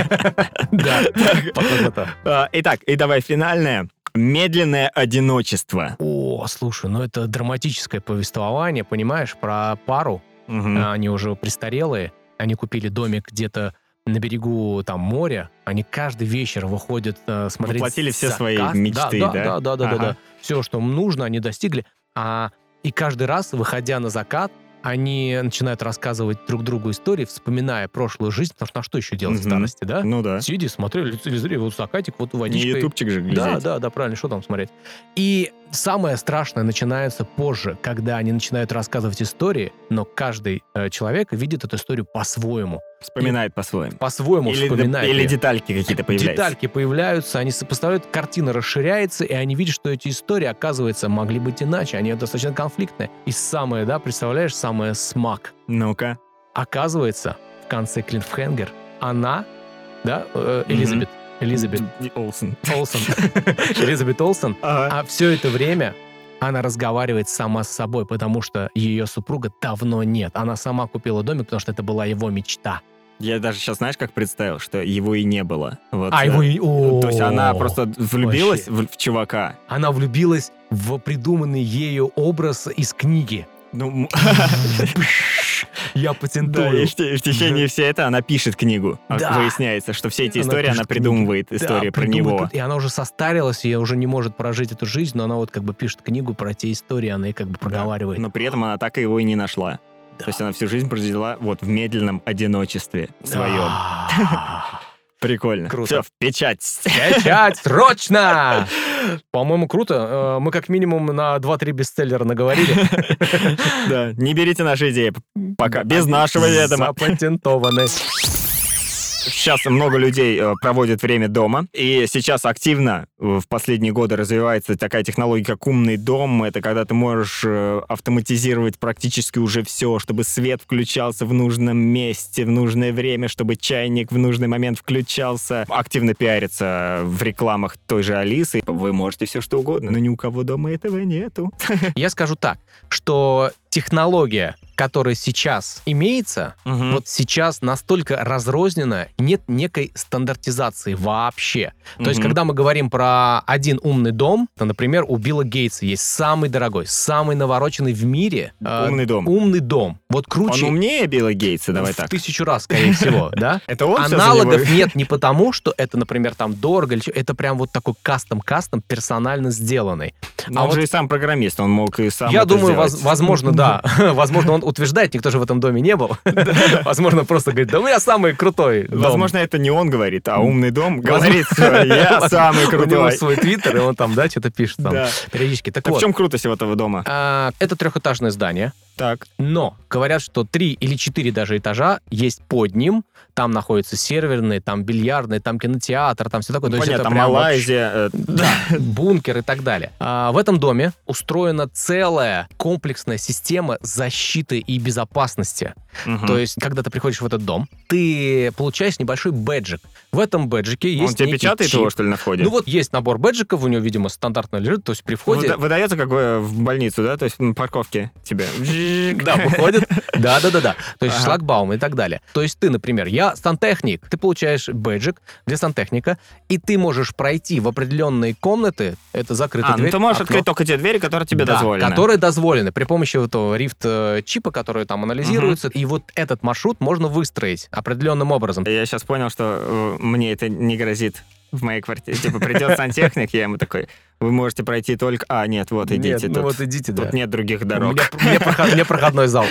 Да, похоже на то. Итак, и давай финальное. Медленное одиночество. О, слушай, ну это драматическое повествование, понимаешь, про пару. Мгм. Они уже престарелые, они купили домик где-то на берегу там моря, они каждый вечер выходят смотреть Воплотили все закат. свои мечты, да? Да. Ага. Все, что им нужно, они достигли. И каждый раз, выходя на закат, они начинают рассказывать друг другу истории, вспоминая прошлую жизнь, потому что на что еще делать в Мгм. старости, да? Ну да. Сиди, смотри, телевизоре, вот закатик, вот Не водичка. ютубчик же глядеть. Да, правильно, что там смотреть. И самое страшное начинается позже, когда они начинают рассказывать истории, но каждый человек видит эту историю по-своему. Вспоминает по-своему. По-своему вспоминает. Или её. детальки какие-то появляются. Детальки появляются, они сопоставляют, картина расширяется, и они видят, что эти истории, оказывается, могли быть иначе, они достаточно конфликтные. И самое, да, представляешь, самое смак. Ну-ка. Оказывается, в конце Клиффхенгер, она, да, Элизабет Олсен. Олсен, Элизабет Олсен, Ага. а все это время она разговаривает сама с собой, потому что ее супруга давно нет. Она сама купила домик, потому что это была его мечта. Я даже сейчас, знаешь, как представил, что его и не было. Вот, его и... То есть она просто влюбилась в чувака. Она влюбилась в придуманный ею образ из книги. Ну, Я да, патентую. и в течение всей это она пишет книгу. Да. Выясняется, что все эти Она истории она пишет придумывает, книги. истории Да, про придумывает. него. И она уже состарилась, и уже не может прожить эту жизнь, но она вот как бы пишет книгу про те истории, она их как бы проговаривает. Но при этом она так и его и не нашла. Да. То есть она всю жизнь прожила вот в медленном одиночестве своем. Прикольно. Круто. Все, в печать. Печать, срочно! По-моему, круто. Мы как минимум на 2-3 бестселлера наговорили. Да, не берите наши идеи пока, без нашего ведома. Запатентованы. Сейчас много людей проводят время дома, и сейчас активно в последние годы развивается такая технология, как умный дом. Это когда ты можешь автоматизировать практически уже все, чтобы свет включался в нужном месте, в нужное время, чтобы чайник в нужный момент включался. Активно пиарится в рекламах той же Алисы. Вы можете все что угодно, но ни у кого дома этого нету. Я скажу так, что технология, которая сейчас имеется, вот сейчас настолько разрознена, нет некой стандартизации вообще. То есть, когда мы говорим про один умный дом, то, например, у Билла Гейтса есть самый дорогой, самый навороченный в мире Умный дом. Умный дом. Вот круче... Он умнее Билла Гейтса, давай в так. 1000 раз, скорее всего, да? Это он всё за Аналогов него? нет не потому, что это, например, там дорого, или это прям вот такой кастом Но персонально сделанный. он же и сам программист, он мог и сам Я это думаю, сделать. возможно, да. Возможно, он утверждает, никто же в этом доме не был. Возможно, просто говорит, да у меня самый крутой дом. Возможно, это не он говорит, а умный дом говорит, что я самый У него крутой. свой твиттер, и он там, да, что-то пишет там Да. периодически. Так Так в вот, чем крутость этого дома? это трехэтажное здание, Так. но говорят, что 3 или 4 даже этажа есть под ним. Там находятся серверные, там бильярдные, там кинотеатр, там все такое. То есть Понятно, это там прям Малайзия. бункер и так далее. В этом доме устроена целая комплексная система защиты и безопасности. То есть, когда ты приходишь в этот дом, ты получаешь небольшой бэджик. В этом бэджике есть Он тебе некий печатает чип. его, что ли, на входе? Ну вот есть набор бэджиков, у него, видимо, стандартно лежит, то есть при входе... Выдается как в больницу, да? То есть на парковке тебе. Да, выходит. Да. То есть Ага. шлагбаум и так далее. То есть ты, например, я сантехник, ты получаешь бэджик для сантехника, и ты можешь пройти в определенные комнаты, это закрытая дверь. Ну ты можешь окно. открыть только те двери, которые тебе Да, дозволены. которые дозволены при помощи этого рифт-чипа, который там анализируется. И вот этот маршрут можно выстроить определенным образом. Я сейчас понял, что мне это не грозит в моей квартире. Типа придет сантехник, я ему такой, вы можете пройти только... нет, вот идите. Нет, тут, вот идите, тут да. нет других У дорог. меня проходной зал.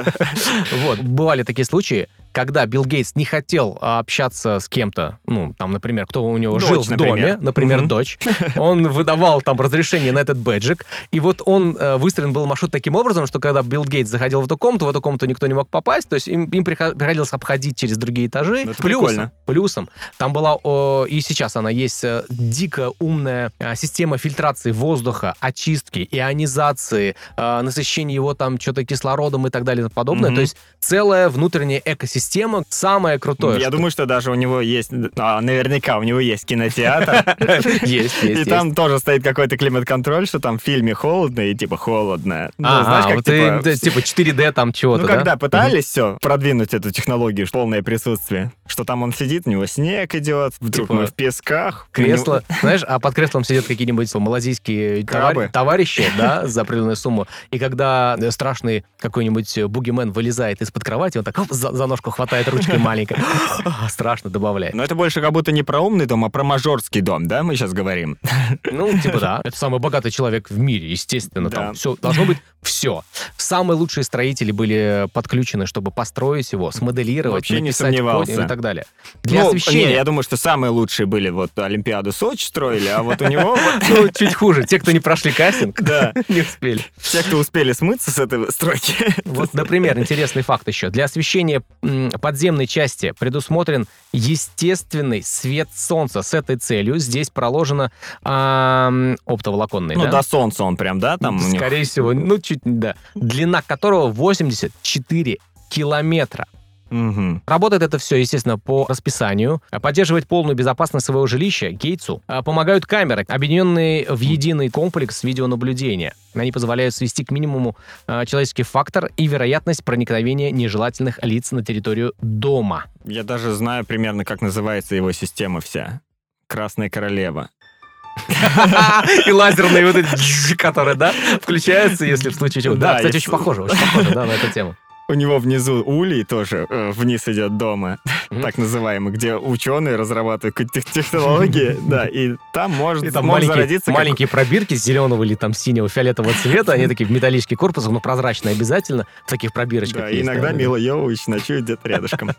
Вот. Бывали такие случаи, когда Билл Гейтс не хотел общаться с кем-то, ну, там, например, кто у него Дочь, жил в доме, например. например, дочь, он выдавал там разрешение на этот бэджик, и вот он выстроен был маршрут таким образом, что когда Билл Гейтс заходил в эту комнату никто не мог попасть, то есть им приходилось обходить через другие этажи. Ну, это прикольно. Плюсом, там была, и сейчас она есть, дико умная система фильтрации воздуха, очистки, ионизации, насыщения его там что-то кислородом и так далее и тому подобное. То есть целая внутренняя экосистема, самое крутое. Я думаю, что даже у него есть... наверняка у него есть кинотеатр. Есть. И там тоже стоит какой-то климат-контроль, что там в фильме холодно и типа холодно. Ну, знаешь, как вот типа 4D там чего-то, Ну, да? когда пытались все продвинуть эту технологию, полное присутствие, что там он сидит, у него снег идет, вдруг Типа мы в песках. Кресло, знаешь, а под креслом сидят какие-нибудь малазийские Крабы. товарищи, да, за определенную сумму. И когда страшный какой-нибудь бугимен вылезает из-под кровати, он так оп, за ножку хватает ручкой маленькой. Страшно добавляет. Но это больше как будто не про умный дом, а про мажорский дом, да, мы сейчас говорим? Ну, типа да. Это самый богатый человек в мире, естественно. Да. Там все, должно быть все. Самые лучшие строители были подключены, чтобы построить его, смоделировать, Вообще не написать сомневался. код и так далее. Для Ну, освещения... не, я думаю, что самые лучшие были вот Олимпиаду Сочи строили, а вот у него вот Ну, чуть хуже. Те, кто не прошли кастинг, Да. не успели. те, кто успели смыться с этой стройки. Вот, например, интересный факт еще. Для освещения подземной части предусмотрен естественный свет солнца. С этой целью здесь проложено оптоволоконный, Ну, да? до солнца он прям, да, там у них? Скорее всего, ну, чуть, да. Длина которого 84 километра. Мгм. Работает это все, естественно, по расписанию. Поддерживать полную безопасность своего жилища Гейтсу помогают камеры, объединенные в единый комплекс видеонаблюдения. Они позволяют свести к минимуму человеческий фактор и вероятность проникновения нежелательных лиц на территорию дома. Я даже знаю примерно, как называется его система вся. Красная королева. И лазерные вот эти, которые, да, включаются, если в случае чего. Да, Да, кстати, если- очень похоже, да, на эту тему. у него внизу улей тоже вниз идет дома, так называемый, где ученые разрабатывают какие-то технологии, да, и там может зародиться... Маленькие пробирки зеленого или там синего, фиолетового цвета, они такие в металлических корпусах, но прозрачные обязательно, в таких пробирочках. Да, есть, иногда Мила Йовович ночует где-то рядышком.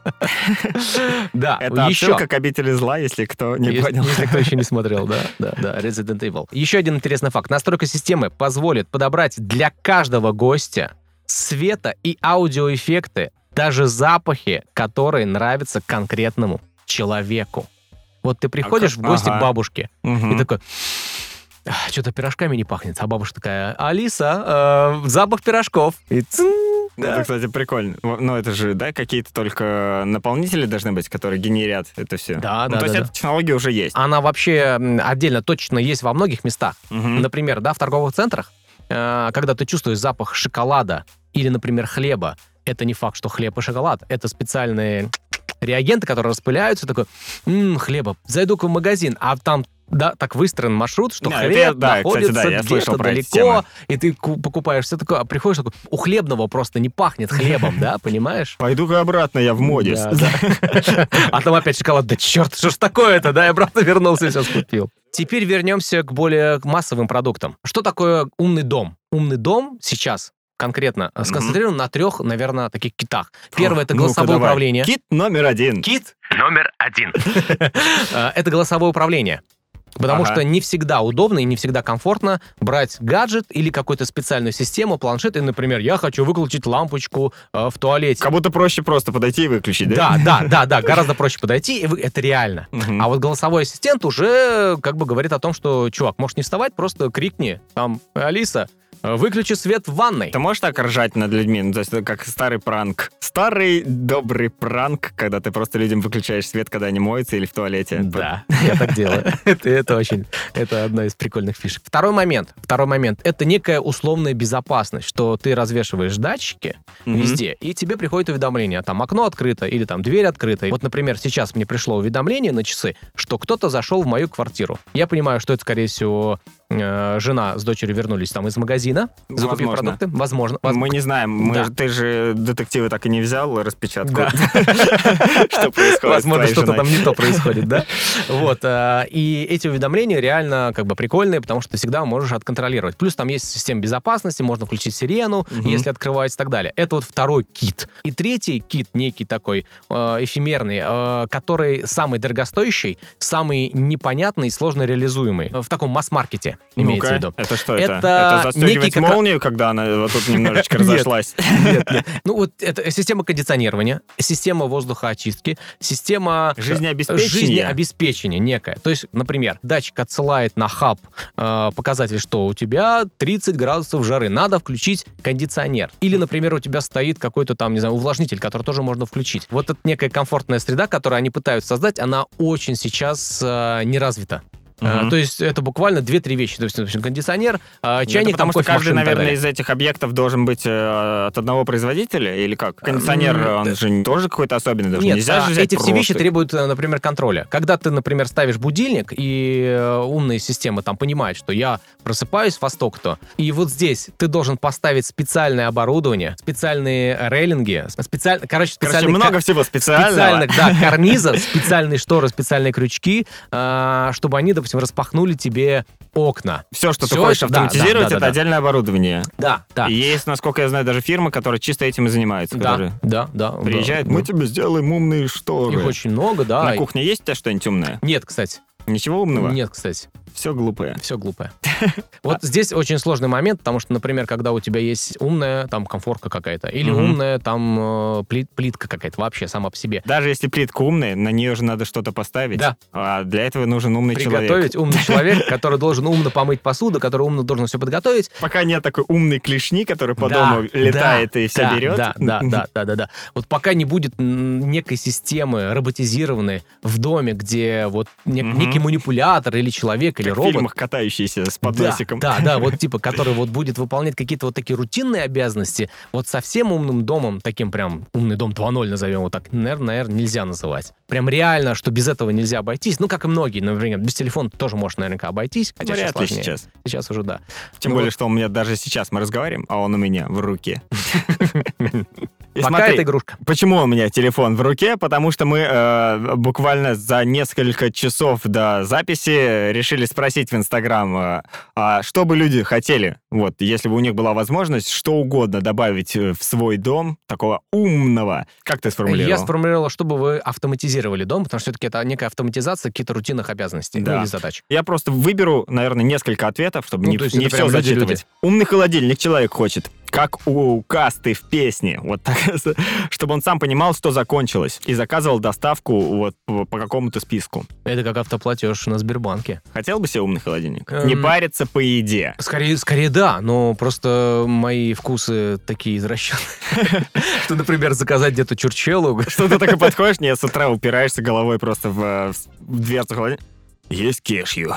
Да, это отсылка к «Обители зла», если кто не понял. Если кто еще не смотрел, да, Resident Evil. Еще один интересный факт. Настройка системы позволит подобрать для каждого гостя света и аудиоэффекты, даже запахи, которые нравятся конкретному человеку. Вот ты приходишь в гости к бабушке и такой... Что-то пирожками не пахнет. А бабушка такая: Алиса, запах пирожков. И да. Это, кстати, прикольно. Но это же, да, какие-то только наполнители должны быть, которые генерят это все. Да, то есть эта технология уже есть. Она вообще отдельно точно есть во многих местах. Например, да, в торговых центрах, когда ты чувствуешь запах шоколада или, например, хлеба, это не факт, что хлеб и шоколад. Это специальные реагенты, которые распыляются. Такой: хлеба. Зайду-ка в магазин, а там так выстроен маршрут, что хлеб находится где-то далеко, и ты покупаешь все такое, а приходишь такой: у хлебного просто не пахнет хлебом, да, понимаешь? Пойду-ка обратно, я в моде. А там опять шоколад. Да черт, что ж такое-то, да, я обратно вернулся и все скупил. Теперь вернемся к более массовым продуктам. Что такое умный дом? Умный дом сейчас конкретно сконцентрирован на 3, наверное, таких китах. Первое — это голосовое управление. Кит номер 1. Кит номер 1. Это голосовое управление. Потому что не всегда удобно и не всегда комфортно брать гаджет или какую-то специальную систему, планшет, и, например, я хочу выключить лампочку в туалете. Как будто проще просто подойти и выключить, да? Да, гораздо проще подойти, и это реально. А вот голосовой ассистент уже как бы говорит о том, что, чувак, можешь не вставать, просто крикни там: Алиса, выключи свет в ванной. Ты можешь так ржать над людьми? Ну, то есть это как старый пранк. Старый добрый пранк, когда ты просто людям выключаешь свет, когда они моются или в туалете. Да, я так делаю. Это одна из прикольных фишек. Второй момент. Это некая условная безопасность, что ты развешиваешь датчики везде, и тебе приходит уведомление. Там окно открыто или там дверь открыта. Вот, например, сейчас мне пришло уведомление на часы, что кто-то зашел в мою квартиру. Я понимаю, что это, скорее всего, жена с дочерью вернулись там из магазина, закупив продукты. Возможно. Мы не знаем. Ты же детективы так и не взял распечатку. Да. Что происходит? Возможно, что-то там не то происходит, да? Вот. И эти уведомления реально как бы прикольные, потому что ты всегда можешь отконтролировать. Плюс там есть система безопасности, можно включить сирену, если открывается и так далее. Это вот второй кит. И третий кит, некий такой эфемерный, который самый дорогостоящий, самый непонятный и сложно реализуемый в таком масс-маркете. Имеется в виду. Это что это? Это застегивать молнию, когда она вот тут немножечко разошлась? Нет. Ну вот это система кондиционирования, система воздухоочистки, система жизнеобеспечения некая. То есть, например, датчик отсылает на хаб показатель, что у тебя 30 градусов жары, надо включить кондиционер. Или, например, у тебя стоит какой-то там, не знаю, увлажнитель, который тоже можно включить. Вот эта некая комфортная среда, которую они пытаются создать, она очень сейчас не развита. То есть это буквально 2-3 вещи. То есть, например, кондиционер, чайник, потому что каждый, наверное, из этих объектов должен быть от одного производителя, или как? Кондиционер, он же тоже какой-то особенный. Даже нет, нельзя же взять эти все вещи требуют, например, контроля. Когда ты, например, ставишь будильник, и умная система там понимает, что я просыпаюсь во столько-то, и вот здесь ты должен поставить специальное оборудование, специальные рейлинги, специальные много всего специального. Карнизов, специальные шторы, специальные крючки, чтобы они, допустим, распахнули тебе окна. Все, что ты хочешь автоматизировать, это отдельное оборудование. Да. И есть, насколько я знаю, даже фирмы, которые чисто этим и занимаются. Да. Приезжают, мы тебе сделаем умные шторы. Их очень много, да. На кухне есть у тебя что-нибудь умное? Нет, кстати. Ничего умного? Нет, кстати. Все глупое. Вот здесь очень сложный момент, потому что, например, когда у тебя есть умная там комфорка какая-то, или умная там плитка какая-то вообще сама по себе. Даже если плитка умная, на нее же надо что-то поставить. Да. А для этого нужен умный человек. Приготовить умный человек, который должен умно помыть посуду, который умно должен все подготовить. Пока нет такой умной клешни, который по дому летает и все берет. Да. Вот пока не будет некой системы роботизированной в доме, где вот некий манипулятор или человек, или робот. В фильмах катающийся с подносиком. Да, вот типа, который вот будет выполнять какие-то вот такие рутинные обязанности, вот совсем умным домом, таким прям умный дом 2.0 назовем вот так, наверное, нельзя называть. Прям реально, что без этого нельзя обойтись. Ну, как и многие, например, без телефона тоже можешь наверняка обойтись, хотя вряд ли сейчас. Сейчас уже да. Тем более, что у меня даже сейчас мы разговариваем, а он у меня в руке. И Пока смотри, это игрушка. почему у меня телефон в руке? Потому что мы буквально за несколько часов до записи решили спросить в Инстаграм, что бы люди хотели, вот, если бы у них была возможность что угодно добавить в свой дом, такого умного. Как ты сформулировал? Я сформулировал, чтобы вы автоматизировали дом, потому что все-таки это некая автоматизация каких-то рутинных обязанностей, Да. или задач. Я просто выберу, наверное, несколько ответов, чтобы Ну, не то есть все это прям зачитывать. люди-люди. Умный холодильник человек хочет, как у Касты в песне, вот так, чтобы он сам понимал, что закончилось, и заказывал доставку вот по какому-то списку. Это как автоплатеж на Сбербанке. Хотел бы себе умный холодильник? Не париться по еде. Скорее да, но просто мои вкусы такие извращенные. Что, например, заказать где-то чурчеллу. Что ты так и подходишь, не, с утра упираешься головой просто в дверцу холодильника. Есть кешью.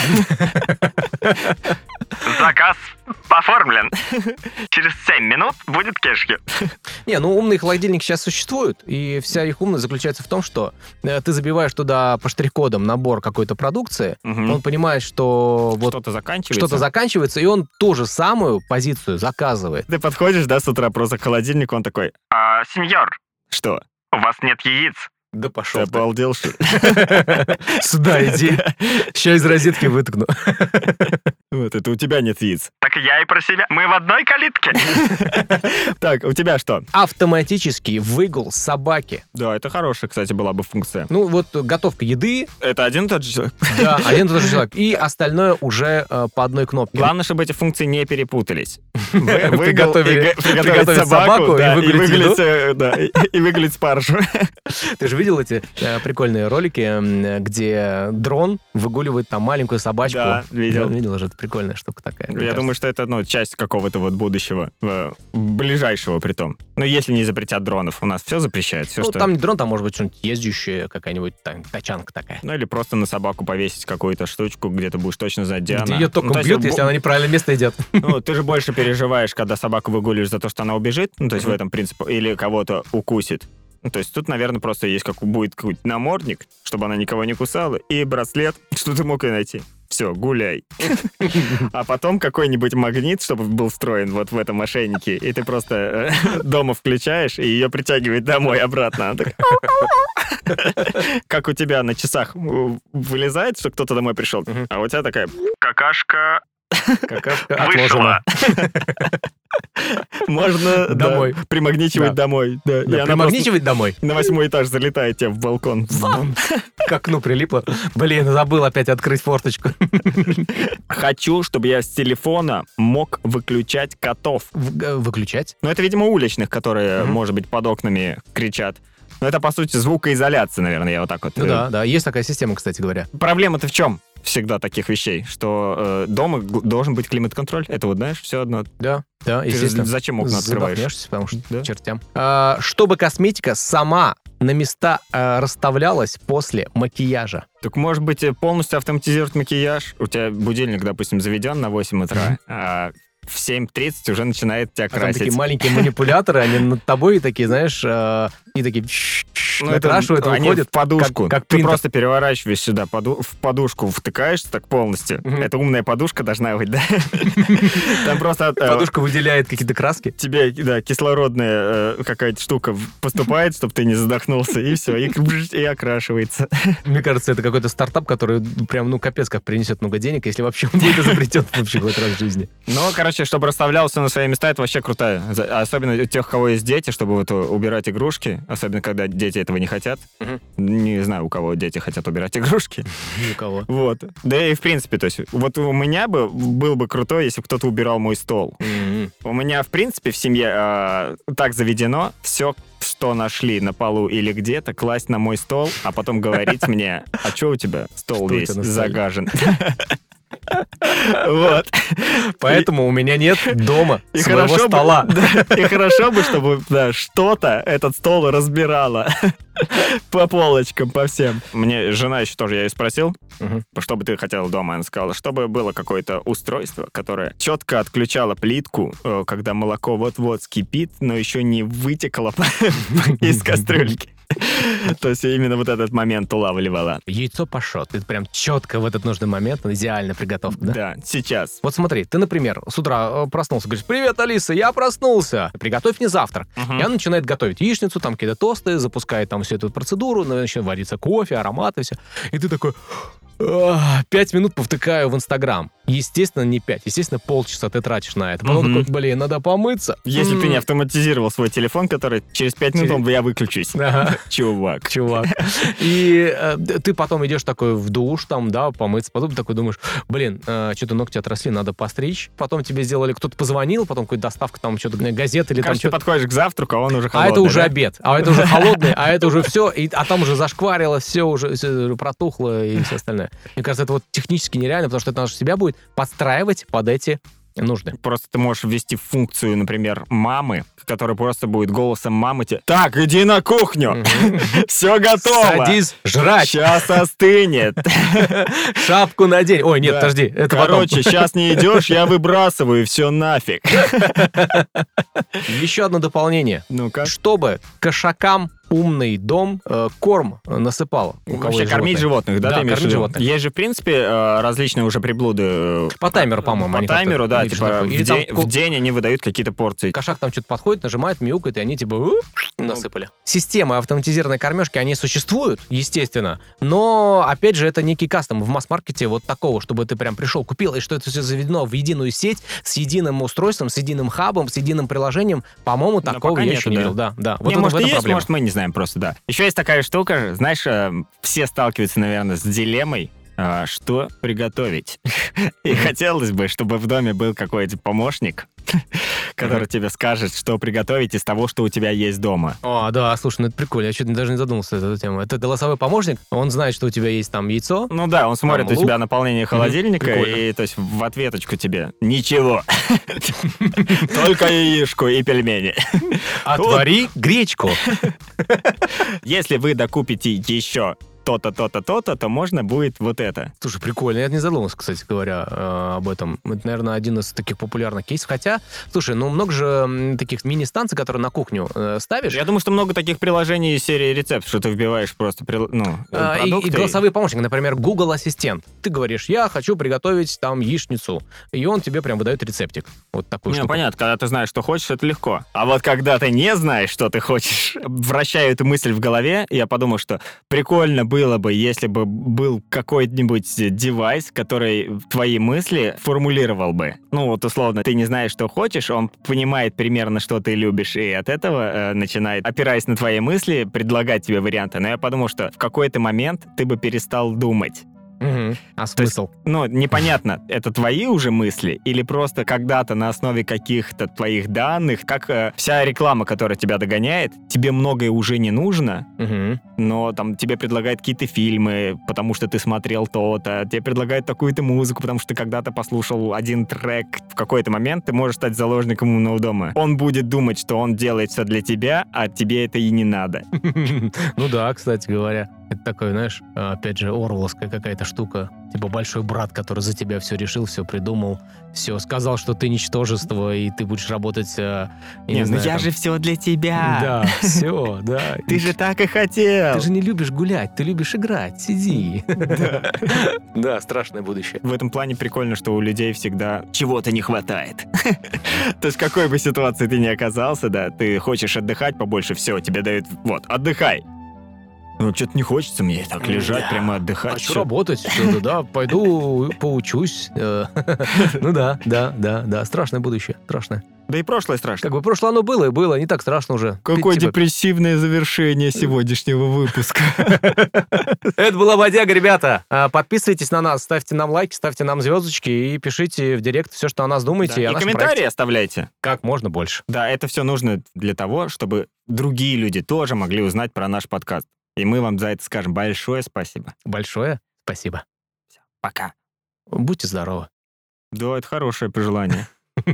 Заказ оформлен. Через 7 минут будет кешью. Не, ну умные холодильники сейчас существуют, и вся их умность заключается в том, что ты забиваешь туда по штрих-кодам набор какой-то продукции, он понимает, что вот Что-то заканчивается, и он ту же самую позицию заказывает. Ты подходишь, да, с утра просто к холодильнику, он такой, сеньор, что, у вас нет яиц? Да Ты пошел. обалдел, что ли? Сюда иди. Сейчас из розетки выткну. Вот, это у тебя нет яиц. Так я и про себя. Мы в одной калитке. Так, у тебя что? Автоматический выгул собаки. Да, это хорошая, кстати, была бы функция. Ну вот готовка еды, Это один и тот же человек? да, один и тот же человек, и остальное уже по одной кнопке. Главное, чтобы эти функции не перепутались. Приготовить Приготовить собаку и выгулить еду? и выгулить спаржу. Ты же видел эти прикольные ролики, где дрон выгуливает там маленькую собачку? Да, видел. Видел же, это прикольная штука такая. мне Я кажется. думаю, что это часть какого-то вот будущего, ближайшего притом. Но если не запретят дронов, у нас все запрещают, все Ну, что... там не дрон, там может быть что-нибудь ездящее, какая-нибудь там тачанка такая. Ну или просто на собаку повесить какую-то штучку, где ты будешь точно знать, где она. Ее только Ну, то есть убьют, если она неправильное место идет. Ну, ты же больше переживаешь, когда собаку выгуливаешь за то, что она убежит, ну, то есть в этом принципе, или кого-то укусит. Ну, то есть тут, наверное, просто есть будет какой-то намордник, чтобы она никого не кусала, и браслет, что ты мог и найти. Все, гуляй. А потом какой-нибудь магнит, чтобы был встроен вот в этом ошейнике, и ты просто дома включаешь, и ее притягивает домой обратно. Она такая... Как у тебя на часах вылезает, что кто-то домой пришел, а у тебя такая какашка Какашка вышла. отложена. Можно Домой. примагничивать домой. Да. И Да, она примагничивать домой. просто на 8-й этаж залетает тебе в балкон. К окну прилипла. Блин, забыл опять открыть форточку. Хочу, чтобы я с телефона мог выключать котов. Выключать? Ну, это, видимо, уличных, которые, может быть, под окнами кричат. Но это, по сути, звукоизоляция, наверное, я вот так вот... Ну да, есть такая система, кстати говоря. Проблема-то в чем? Всегда таких вещей, что дома должен быть климат-контроль. Это вот, знаешь, все одно. Да, Ты естественно. же зачем окна открываешь? Задохнешься, потому что Да. чертям. Чтобы косметика сама на места расставлялась после макияжа. Так, может быть, полностью автоматизировать макияж? У тебя будильник, допустим, заведен на 8 утра, а в 7:30 уже начинает тебя А там красить. такие маленькие манипуляторы, они над тобой такие, знаешь, и такие накрашивают, они выходят. в подушку. как Ты принтер. просто переворачиваешь сюда, в подушку втыкаешься так полностью. Это умная подушка должна быть, да? Там просто Подушка выделяет какие-то краски. тебе, да, кислородная какая-то штука поступает, чтобы ты не задохнулся, и все, и окрашивается. Мне кажется, это какой-то стартап, который прям, ну, капец, как принесет много денег, если вообще он будет изобретен вообще какой-то раз в жизни. Ну, короче, чтобы расставлялось все на свои места, это вообще крутая. Особенно у тех, у кого есть дети, чтобы вот убирать игрушки, особенно когда дети этого не хотят. Не знаю, у кого дети хотят убирать игрушки. Ни у кого. Вот. Да и в принципе, то есть, вот у меня был бы крутой, если бы кто-то убирал мой стол. У меня, в принципе, в семье так заведено, все, что нашли на полу или где-то, класть на мой стол, а потом говорить мне, а что у тебя стол Что весь это на столе? загажен? Вот. Поэтому у меня нет дома И своего хорошо стола. бы, да, и хорошо бы, чтобы что-то этот стол разбирало по полочкам, по всем. Мне жена еще тоже, я ее спросил, что бы ты хотела дома, она сказала, чтобы было какое-то устройство, которое четко отключало плитку, когда молоко вот-вот скипит, но еще не вытекло из кастрюльки. То есть именно вот этот момент улавливала. Яйцо пашот. Ты прям четко в этот нужный момент, идеальная приготовка, да? Да, сейчас. Вот смотри, ты, например, с утра проснулся, говоришь: «Привет, Алиса, я проснулся, приготовь мне завтрак». Мгм. И она начинает готовить яичницу, там какие-то тосты, запускает там всю эту процедуру, начинает вариться кофе, ароматы, все. И ты такой: 5 минут повтыкаю в Инстаграм. Естественно, не 5, естественно, полчаса ты тратишь на это. Потом Мгм. такой: блин, надо помыться. Если ты не автоматизировал свой телефон, который через 5 минут я выключусь. Ага. Чувак. Чувак. И ты потом идешь такой в душ, там, да, помыться, потом такой думаешь: блин, что-то ногти отросли, надо постричь. Потом тебе сделали, кто-то позвонил, потом какая-то доставка, там, что-то, газеты или там Кажется, ты что-то. подходишь к завтраку, а он уже А холодный. это уже да? обед, а это уже холодный, а это уже все, а там уже зашкварило, все уже протухло и все остальное. Мне кажется, это вот технически нереально, потому что это надо себя будет подстраивать под эти нужды. Просто ты можешь ввести функцию, например, мамы, которая просто будет голосом мамы тебе: так, иди на кухню, все готово. Садись жрать, Сейчас остынет. шапку надень. Ой, нет, Да. подожди, это потом. Короче, сейчас не идешь, я выбрасываю все нафиг. Еще одно дополнение. Ну-ка. Чтобы кошакам умный дом корм насыпал. У кого Вообще есть кормить животных, да, Да, ты имеешь в кормить виду? животных. Есть же, в принципе, различные уже приблуды. По таймеру, по-моему. По они таймеру, как-то, да, или типа что-то такое. в Или там день, в день они выдают какие-то порции. кошак там что-то подходит, нажимает, мяукает, и они типа насыпали. Системы автоматизированной кормежки, они существуют, естественно, но, опять же, это некий кастом в масс-маркете вот такого, чтобы ты прям пришел, купил, и что это все заведено в единую сеть с единым устройством, с единым хабом, с единым приложением. По-моему, Но такого пока я нету, еще не да. видел. Да, да. Не, это- может, в и этом есть, проблема. может, мы не знаем просто, да. Еще есть такая штука, знаешь, все сталкиваются, наверное, с дилеммой, что приготовить. И хотелось бы, чтобы в доме был какой-то помощник, который тебе скажет, что приготовить из того, что у тебя есть дома. О, да, слушай, ну это прикольно, я что-то даже не задумался на эту тему. Это голосовой помощник, он знает, что у тебя есть там яйцо. Ну да, он смотрит Там у тебя лук. наполнение холодильника, прикольно. и то есть в ответочку тебе ничего. Только яичку и пельмени. Отвари гречку. Если вы докупите еще то-то, то-то, то-то, то можно будет вот это. Слушай, прикольно. Я не задумывался, кстати говоря, об этом. Это, наверное, один из таких популярных кейсов. Хотя, слушай, ну много же таких мини-станций, которые на кухню ставишь. Я думаю, что много таких приложений из серии рецепт, что ты вбиваешь просто продукты. И голосовые помощники, например, Google Ассистент. Ты говоришь: я хочу приготовить там яичницу, и он тебе прям выдает рецептик. Вот такую Ну, штуку. понятно, когда ты знаешь, что хочешь, это легко. А вот когда ты не знаешь, что ты хочешь, вращаю эту мысль в голове, я подумал, что прикольно было бы, если бы был какой-нибудь девайс, который твои мысли формулировал бы. Ну, вот условно, ты не знаешь, что хочешь, он понимает примерно, что ты любишь, и от этого начинает, опираясь на твои мысли, предлагать тебе варианты. Но я подумал, что в какой-то момент ты бы перестал думать. Мгм. А То есть, смысл? ну, непонятно, это твои уже мысли или просто когда-то на основе каких-то твоих данных, как вся реклама, которая тебя догоняет, тебе многое уже не нужно, Мгм. но там тебе предлагают какие-то фильмы, потому что ты смотрел то-то, тебе предлагают такую-то музыку, потому что ты когда-то послушал один трек. В какой-то момент ты можешь стать заложником умного дома. Он будет думать, что он делает все для тебя, а тебе это и не надо. Ну да, кстати говоря. Это такой, знаешь, опять же, орвеловская какая-то штука. Типа большой брат, который за тебя все решил, все придумал, все сказал, что ты ничтожество, и ты будешь работать, я не Не, ну знаю, я там. же все для тебя. Да, все, да. Ты же так и хотел. Ты же не любишь гулять, ты любишь играть, сиди. Да, страшное будущее. В этом плане прикольно, что у людей всегда чего-то не хватает. То есть в какой бы ситуации ты ни оказался, да, ты хочешь отдыхать побольше, все, тебе дают, вот, отдыхай. Ну, что-то не хочется мне так лежать, прямо отдыхать. Хочу Чё- работать, что-то, да, пойду поучусь. Ну да, страшное будущее, страшное. Да и прошлое страшно. Как бы прошлое оно было, и было, не так страшно уже. Какое Типа, депрессивное завершение сегодняшнего выпуска. Это была Бодяга, ребята. Подписывайтесь на нас, ставьте нам лайки, ставьте нам звездочки и пишите в директ все, что о нас думаете. И о нашем комментарии проекте. оставляйте. Как можно больше. Да, это все нужно для того, чтобы другие люди тоже могли узнать про наш подкаст. И мы вам за это скажем большое спасибо. Большое спасибо. Пока. Будьте здоровы. Да, это хорошее пожелание.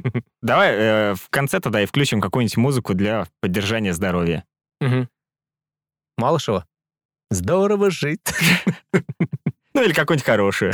Давай в конце тогда и включим какую-нибудь музыку для поддержания здоровья. Мгм. Малышева. Здорово жить. Ну или какую-нибудь хорошую.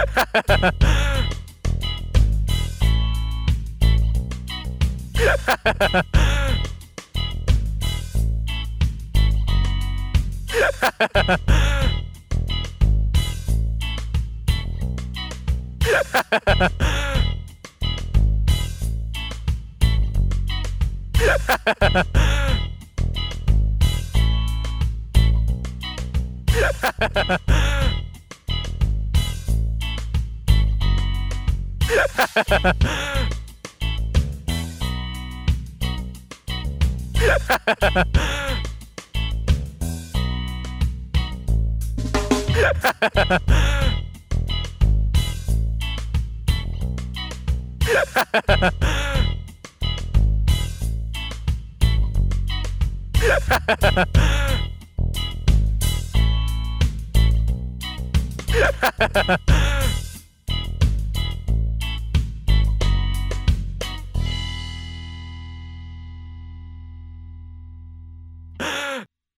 Ha ha ha!